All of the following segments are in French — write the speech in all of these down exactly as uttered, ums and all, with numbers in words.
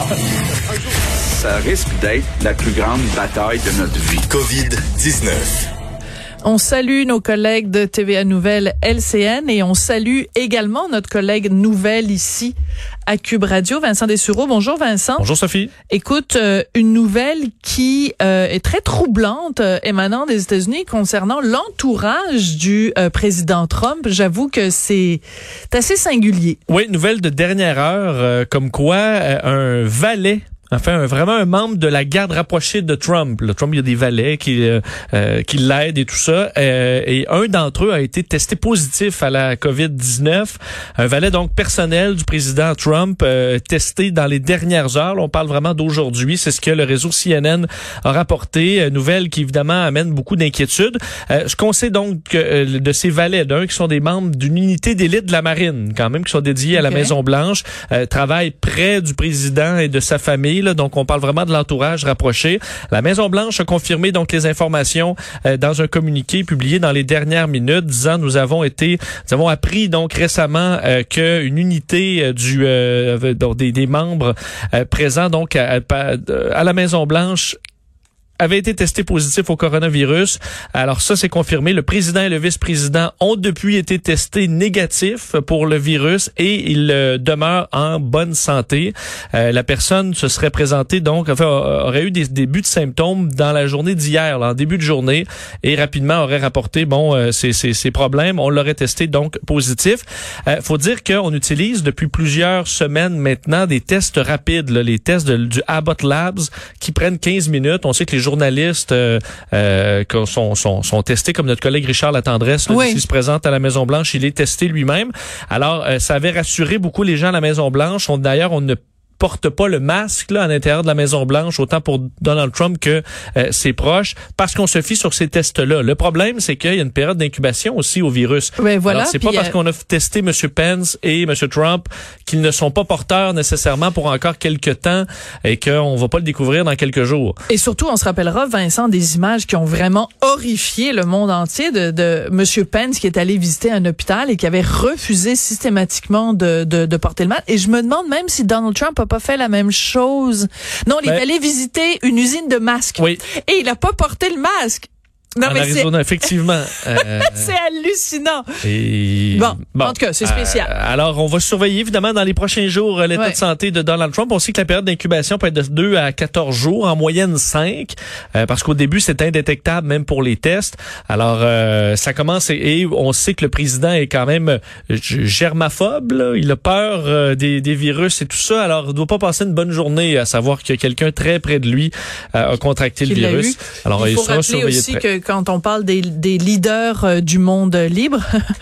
Ça risque d'être la plus grande bataille de notre vie. covid dix-neuf. On salue nos collègues de T V A Nouvelles L C N et on salue également notre collègue nouvelle ici à Cube Radio, Vincent Dessureau. Bonjour Vincent. Bonjour Sophie. Écoute, euh, une nouvelle qui euh, est très troublante euh, émanant des États-Unis concernant l'entourage du euh, président Trump. J'avoue que c'est assez singulier. Oui, nouvelle de dernière heure, euh, comme quoi euh, un valet Enfin, un, vraiment un membre de la garde rapprochée de Trump. Le Trump, il y a des valets qui euh, euh, qui l'aident et tout ça. Euh, et un d'entre eux a été testé positif à la covid dix-neuf. Un valet donc personnel du président Trump, euh, testé dans les dernières heures. Là, on parle vraiment d'aujourd'hui. C'est ce que le réseau C N N a rapporté. Euh, nouvelle qui, évidemment, amène beaucoup d'inquiétudes. Euh, ce qu'on sait donc euh, de ces valets, d'un qui sont des membres d'une unité d'élite de la marine, quand même, qui sont dédiés okay. à la Maison-Blanche, euh, travaillent près du président et de sa famille. Là, donc, on parle vraiment de l'entourage rapproché. La Maison-Blanche a confirmé donc les informations euh, dans un communiqué publié dans les dernières minutes, disant nous avons été, nous avons appris donc récemment euh, qu'une unité euh, du euh, des, des membres euh, présents donc à, à, à la Maison-Blanche avait été testé positif au coronavirus. Alors ça, c'est confirmé. Le président et le vice-président ont depuis été testés négatifs pour le virus et ils euh, demeurent en bonne santé. Euh, la personne se serait présentée donc, enfin, aurait eu des débuts de symptômes dans la journée d'hier, là, en début de journée, et rapidement aurait rapporté bon euh, ses, ses, ses problèmes. On l'aurait testé donc positif. Euh, faut dire qu'on utilise depuis plusieurs semaines maintenant des tests rapides, là, les tests de, du Abbott Labs qui prennent quinze minutes. On sait que les journalistes euh, euh, sont, sont, sont testés, comme notre collègue Richard Latendresse, là, oui. qui se présente à la Maison-Blanche, il est testé lui-même. Alors, euh, ça avait rassuré beaucoup les gens à la Maison-Blanche. On, d'ailleurs, on ne porte pas le masque là à l'intérieur de la Maison-Blanche, autant pour Donald Trump que euh, ses proches, parce qu'on se fie sur ces tests-là. Le problème, c'est qu'il y a une période d'incubation aussi au virus. Oui, voilà. Alors, c'est pas parce euh... qu'on a testé M. Pence et M. Trump qu'ils ne sont pas porteurs nécessairement pour encore quelques temps et qu'on va pas le découvrir dans quelques jours. Et surtout, on se rappellera, Vincent, des images qui ont vraiment horrifié le monde entier de, de M. Pence qui est allé visiter un hôpital et qui avait refusé systématiquement de, de, de porter le masque. Et je me demande même si Donald Trump a pas fait la même chose. Non, il ben, est allé visiter une usine de masques. Oui. Et il a pas porté le masque. Non, en mais Arizona, effectivement. Euh, c'est hallucinant. Et... Bon, bon, en tout cas, c'est spécial. Euh, alors, on va surveiller, évidemment, dans les prochains jours, l'état ouais. de santé de Donald Trump. On sait que la période d'incubation peut être de deux à quatorze jours, en moyenne cinq, euh, parce qu'au début, c'est indétectable, même pour les tests. Alors, euh, ça commence, et, et on sait que le président est quand même euh, germaphobe, là. Il a peur euh, des, des virus et tout ça. Alors, il ne doit pas passer une bonne journée à savoir que quelqu'un très près de lui euh, a contracté Qu'il le virus. Alors, il faut il sera surveillé aussi de près. Que quand on parle des, des leaders euh, du monde libre,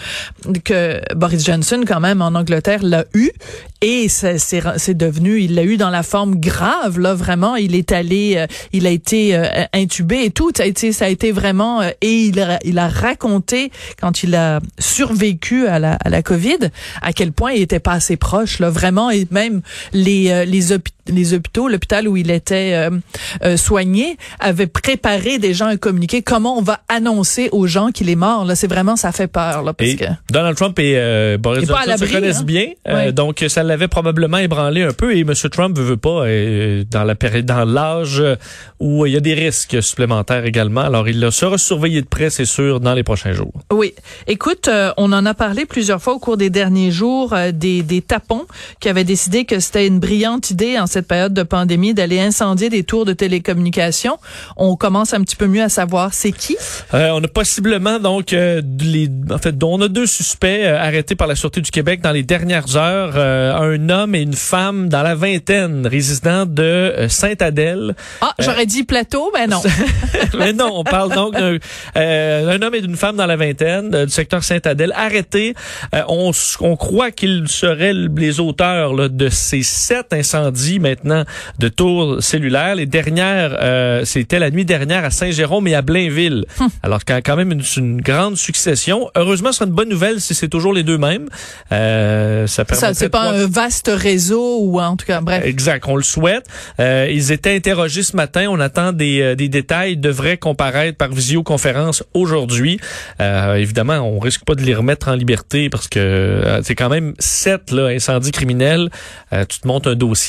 que Boris Johnson, quand même, en Angleterre, l'a eu. Et c'est, c'est, c'est devenu, il l'a eu dans la forme grave, là, vraiment. Il est allé, euh, il a été euh, intubé et tout. Ça a été, ça a été vraiment, euh, et il a, il a raconté, quand il a survécu à la, à la COVID, à quel point il était pas assez proche, là, vraiment. Et même les, euh, les hôpitaux, les hôpitaux, l'hôpital où il était euh, euh, soigné, avait préparé déjà un communiqué. Comment on va annoncer aux gens qu'il est mort? Là, c'est vraiment, ça fait peur. Là, parce et que Donald Trump et euh, Boris et Johnson se connaissent hein? bien, euh, oui. donc ça l'avait probablement ébranlé un peu. Et M. Trump veut, veut pas euh, dans la période, dans l'âge où il y a des risques supplémentaires également. Alors, il sera surveillé de près, c'est sûr, dans les prochains jours. Oui. Écoute, euh, on en a parlé plusieurs fois au cours des derniers jours euh, des, des tapons qui avaient décidé que c'était une brillante idée en cette période de pandémie d'aller incendier des tours de télécommunications. On commence un petit peu mieux à savoir c'est qui. Euh, on a possiblement donc euh, les, en fait, on a deux suspects euh, arrêtés par la Sûreté du Québec dans les dernières heures. Euh, un homme et une femme dans la vingtaine, résidents de euh, Sainte-Adèle. Ah, euh, j'aurais dit Plateau, mais non. mais non, on parle donc d'un euh, homme et d'une femme dans la vingtaine euh, du secteur Sainte-Adèle arrêtés. Euh, on, on croit qu'ils seraient les auteurs là, de ces sept incendies maintenant de tours cellulaires. Les dernières, euh, c'était la nuit dernière à Saint-Jérôme et à Blainville. Hum. Alors quand même une, une grande succession. Heureusement, ce sera une bonne nouvelle si c'est toujours les deux mêmes. Euh, ça ça c'est pas un vaste réseau ou en tout cas bref. Exact, on le souhaite. Euh, ils étaient interrogés ce matin. On attend des, euh, des détails. Ils devraient comparaître par visioconférence aujourd'hui. Euh, évidemment, on risque pas de les remettre en liberté parce que euh, c'est quand même sept là, incendies criminels. Euh, tu te montes un dossier assez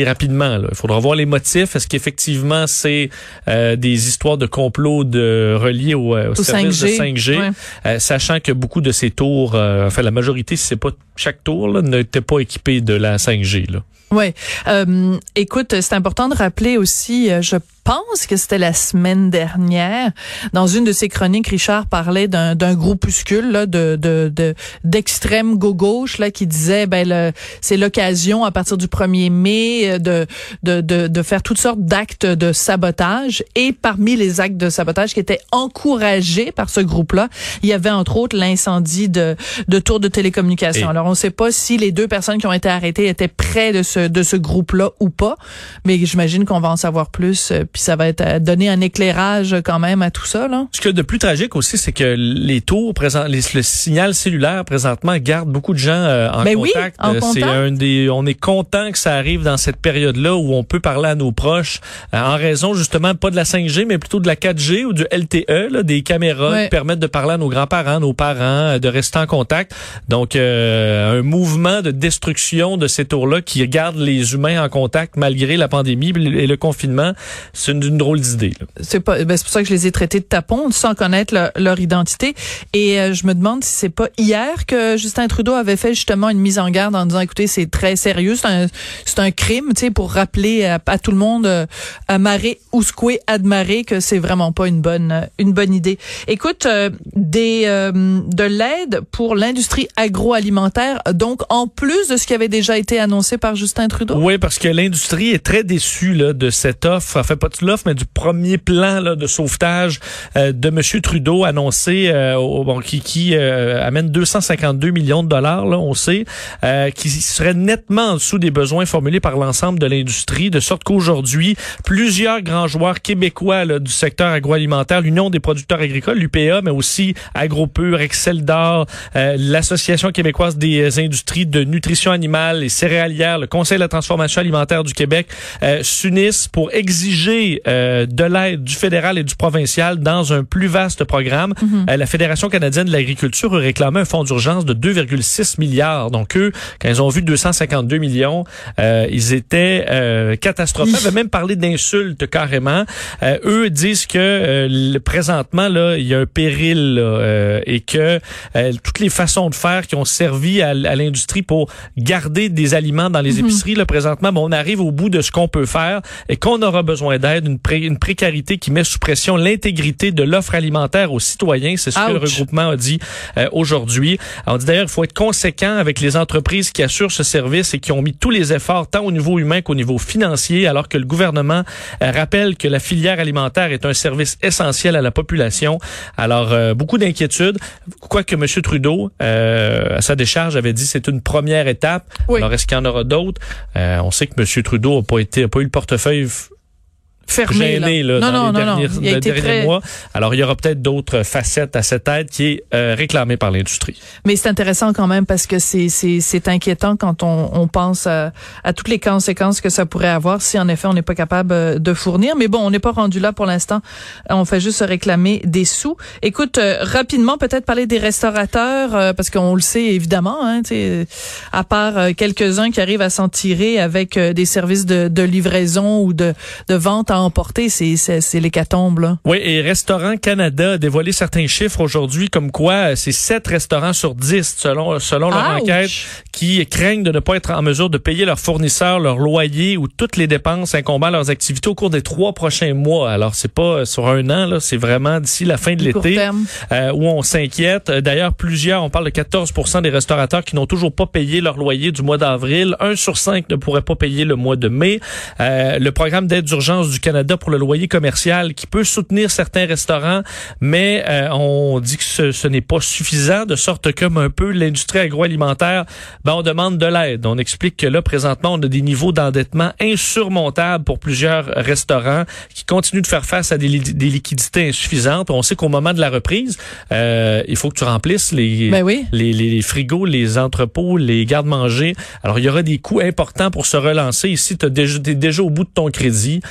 rapidement. Là. Il faudra voir les motifs. Est-ce qu'effectivement c'est euh, des histoires de complot de reliées au, au, au service cinq G, de cinq G, ouais. euh, sachant que beaucoup de ces tours, euh, enfin la majorité, si c'est pas chaque tour, là, n'était pas équipé de la cinq G. Là. Ouais. Euh, écoute, c'est important de rappeler aussi, euh, je pense que c'était la semaine dernière, dans une de ses chroniques, Richard parlait d'un, d'un groupuscule là, de, de, de, d'extrême gauche là qui disait ben le, c'est l'occasion à partir du premier mai de, de, de, de faire toutes sortes d'actes de sabotage. Et parmi les actes de sabotage qui étaient encouragés par ce groupe-là, il y avait entre autres l'incendie de, de tours de télécommunications. Et... Alors on ne sait pas si les deux personnes qui ont été arrêtées étaient près de ce, de ce groupe-là ou pas, mais j'imagine qu'on va en savoir plus. Puis ça va être à donner un éclairage quand même à tout ça, là. Ce qu'il y a de plus tragique aussi, c'est que les tours présent, les, le signal cellulaire présentement garde beaucoup de gens euh, en, ben contact. Oui, en contact. C'est un des, on est content que ça arrive dans cette période-là où on peut parler à nos proches euh, en raison justement pas de la cinq G, mais plutôt de la quatre G ou du L T E, là, des caméras ouais. qui permettent de parler à nos grands-parents, nos parents, de rester en contact. Donc euh, un mouvement de destruction de ces tours-là qui garde les humains en contact malgré la pandémie et le confinement, c'est une, une drôle d'idée. Là. C'est pas, ben c'est pour ça que je les ai traités de tapons sans connaître leur, leur identité. Et euh, je me demande si c'est pas hier que Justin Trudeau avait fait justement une mise en garde en disant, écoutez, c'est très sérieux, c'est un, c'est un crime, tu sais, pour rappeler à, à tout le monde, euh, à mare usque ad mare, que c'est vraiment pas une bonne, une bonne idée. Écoute, euh, des, euh, de l'aide pour l'industrie agroalimentaire, donc en plus de ce qui avait déjà été annoncé par Justin Trudeau. Oui, parce que l'industrie est très déçue là, de cette offre, enfin pas de l'offre, mais du premier plan là, de sauvetage euh, de M. Trudeau annoncé, euh, au, bon, qui, qui euh, amène deux cent cinquante-deux millions de dollars, là, on sait, euh, qui serait nettement en dessous des besoins formulés par l'ensemble de l'industrie, de sorte qu'aujourd'hui, plusieurs grands joueurs québécois là, du secteur agroalimentaire, l'Union des producteurs agricoles, l'U P A, mais aussi AgroPur, Exceldor, euh, l'Association québécoise des industries de nutrition animale et céréalière, le Conseil de la transformation alimentaire du Québec, euh, s'unissent pour exiger euh, de l'aide du fédéral et du provincial dans un plus vaste programme. Mm-hmm. Euh, la Fédération canadienne de l'agriculture a réclamé un fonds d'urgence de deux virgule six milliards. Donc eux, quand ils ont vu deux cent cinquante-deux millions, euh, ils étaient euh, catastrophés. Ils avaient même parlé d'insultes carrément. Euh, eux disent que euh, le, présentement, là, il y a un péril là, euh, et que euh, toutes les façons de faire qui ont servi à, à l'industrie pour garder des aliments dans les mm-hmm. épiceries, là, présentement, bon, on arrive au bout de ce qu'on peut faire et qu'on aura besoin d'aide, une, pré, une précarité qui met sous pression l'intégrité de l'offre alimentaire aux citoyens. C'est ce Ouch. que le regroupement a dit euh, aujourd'hui. On dit d'ailleurs, il faut être conséquent avec les entreprises qui assurent ce service et qui ont mis tous les efforts, tant au niveau humain qu'au niveau financier, alors que le gouvernement euh, rappelle que la filière alimentaire est un service essentiel à la population. Alors, euh, beaucoup d'inquiétudes. Quoique M. Trudeau, euh, à sa décharge, avait dit que c'est une première étape. Oui. Alors, est-ce qu'il y en aura d'autres? Euh, on sait que M. Trudeau n'a pas été, a pas eu le portefeuille fermé gêné, là. là, non, dans non, les non, derniers, non. Il a été derniers très... mois. Alors, il y aura peut-être d'autres facettes à cette aide qui est euh, réclamée par l'industrie. Mais c'est intéressant quand même parce que c'est c'est c'est inquiétant quand on on pense à, à toutes les conséquences que ça pourrait avoir si en effet on n'est pas capable de fournir. Mais bon, on n'est pas rendu là pour l'instant. On fait juste se réclamer des sous. Écoute, euh, rapidement peut-être parler des restaurateurs euh, parce qu'on le sait évidemment, hein, tu sais, à part euh, quelques-uns qui arrivent à s'en tirer avec euh, des services de, de livraison ou de de vente à emporter, c'est C'est, c'est l'hécatombe, là. Oui, et Restaurant Canada a dévoilé certains chiffres aujourd'hui, comme quoi c'est sept restaurants sur dix, selon selon leur Ouch. enquête, qui craignent de ne pas être en mesure de payer leurs fournisseurs, leur loyer ou toutes les dépenses incombant à leurs activités au cours des trois prochains mois. Alors, c'est pas sur un an, là, c'est vraiment d'ici la fin de l'été euh, où on s'inquiète. D'ailleurs, plusieurs, on parle de quatorze pour cent des restaurateurs qui n'ont toujours pas payé leur loyer du mois d'avril. Un sur cinq ne pourrait pas payer le mois de mai. Euh, le programme d'aide d'urgence du Canada pour le loyer commercial qui peut soutenir certains restaurants, mais euh, on dit que ce, ce n'est pas suffisant, de sorte que comme un peu l'industrie agroalimentaire, ben on demande de l'aide. On explique que là, présentement, on a des niveaux d'endettement insurmontables pour plusieurs restaurants qui continuent de faire face à des, des liquidités insuffisantes. On sait qu'au moment de la reprise, euh, il faut que tu remplisses les, ben oui. les, les frigos, les entrepôts, les garde-manger. Alors, il y aura des coûts importants pour se relancer. Ici, tu es déjà, déjà au bout de ton crédit. Ce sera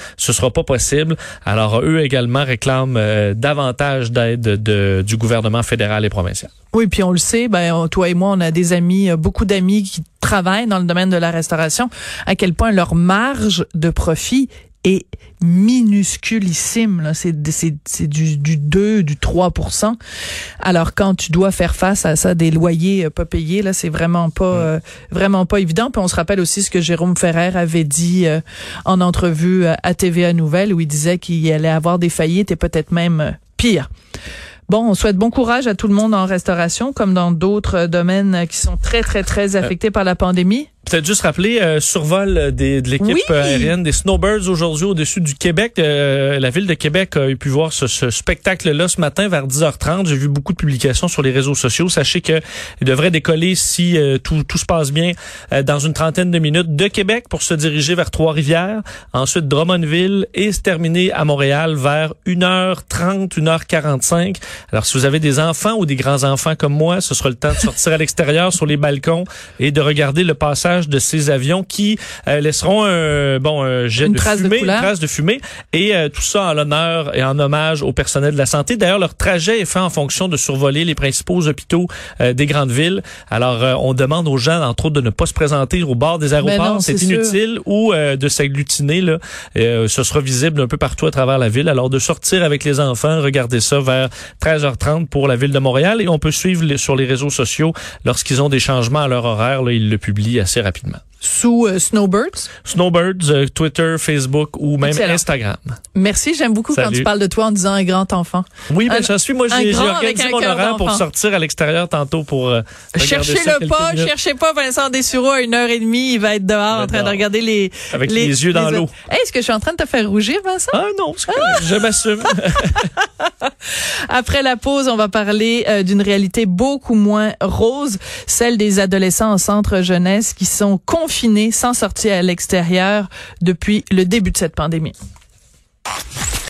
sera pas possible. Alors, eux également réclament euh, davantage d'aide de, du gouvernement fédéral et provincial. Oui, puis on le sait, ben toi et moi, on a des amis, beaucoup d'amis qui travaillent dans le domaine de la restauration, à quel point leur marge de profit est minusculissime, là. C'est, c'est, c'est du, du deux, du trois pour cent. Alors, quand tu dois faire face à ça, des loyers pas payés, là, c'est vraiment pas, mmh. euh, vraiment pas évident. Puis on se rappelle aussi ce que Jérôme Ferrer avait dit euh, en entrevue à T V A Nouvelles, où il disait qu'il allait avoir des faillites et peut-être même euh, pire. Bon, on souhaite bon courage à tout le monde en restauration, comme dans d'autres domaines qui sont très, très, très affectés euh, par la pandémie. Peut-être juste rappeler, euh, survol des, de l'équipe oui. aérienne des Snowbirds aujourd'hui au-dessus du Québec. Euh, la ville de Québec a pu voir ce, ce spectacle-là ce matin vers dix heures trente. J'ai vu beaucoup de publications sur les réseaux sociaux. Sachez qu'il devrait décoller, si euh, tout, tout se passe bien, euh, dans une trentaine de minutes de Québec pour se diriger vers Trois-Rivières, ensuite Drummondville et se terminer à Montréal vers une heure trente, une heure quarante-cinq. Alors, si vous avez des enfants ou des grands-enfants comme moi, ce sera le temps de sortir à l'extérieur sur les balcons et de regarder le passage de ces avions qui euh, laisseront un bon un jet une de trace fumée, de une trace de fumée, et euh, tout ça en l'honneur et en hommage au personnel de la santé. D'ailleurs, leur trajet est fait en fonction de survoler les principaux hôpitaux euh, des grandes villes. Alors, euh, on demande aux gens, entre autres, de ne pas se présenter au bord des aéroports. Non, c'est, c'est inutile, sûr. Ou euh, de s'agglutiner. Là, euh, ce sera visible un peu partout à travers la ville. Alors, de sortir avec les enfants, regardez ça vers treize heures trente pour la ville de Montréal, et on peut suivre les, sur les réseaux sociaux lorsqu'ils ont des changements à leur horaire. Là, ils le publient assez rapidement. Sous euh, Snowbirds? Snowbirds, euh, Twitter, Facebook ou même Excellent. Instagram. Merci, j'aime beaucoup Salut. Quand tu parles de toi en disant un grand enfant. Oui, ben un, j'en suis. Moi, j'ai, j'ai organisé mon horaire pour sortir à l'extérieur tantôt pour euh, Cherchez-le pas, minutes. cherchez pas Vincent Dessureau à une heure et demie. Il va être dehors en train de regarder les... Avec les, les yeux dans les l'eau. Hey, est-ce que je suis en train de te faire rougir, Vincent? Ah non, c'est ah. je m'assume. Après la pause, on va parler euh, d'une réalité beaucoup moins rose, celle des adolescents en centre jeunesse qui sont confinés sans sortir à l'extérieur depuis le début de cette pandémie.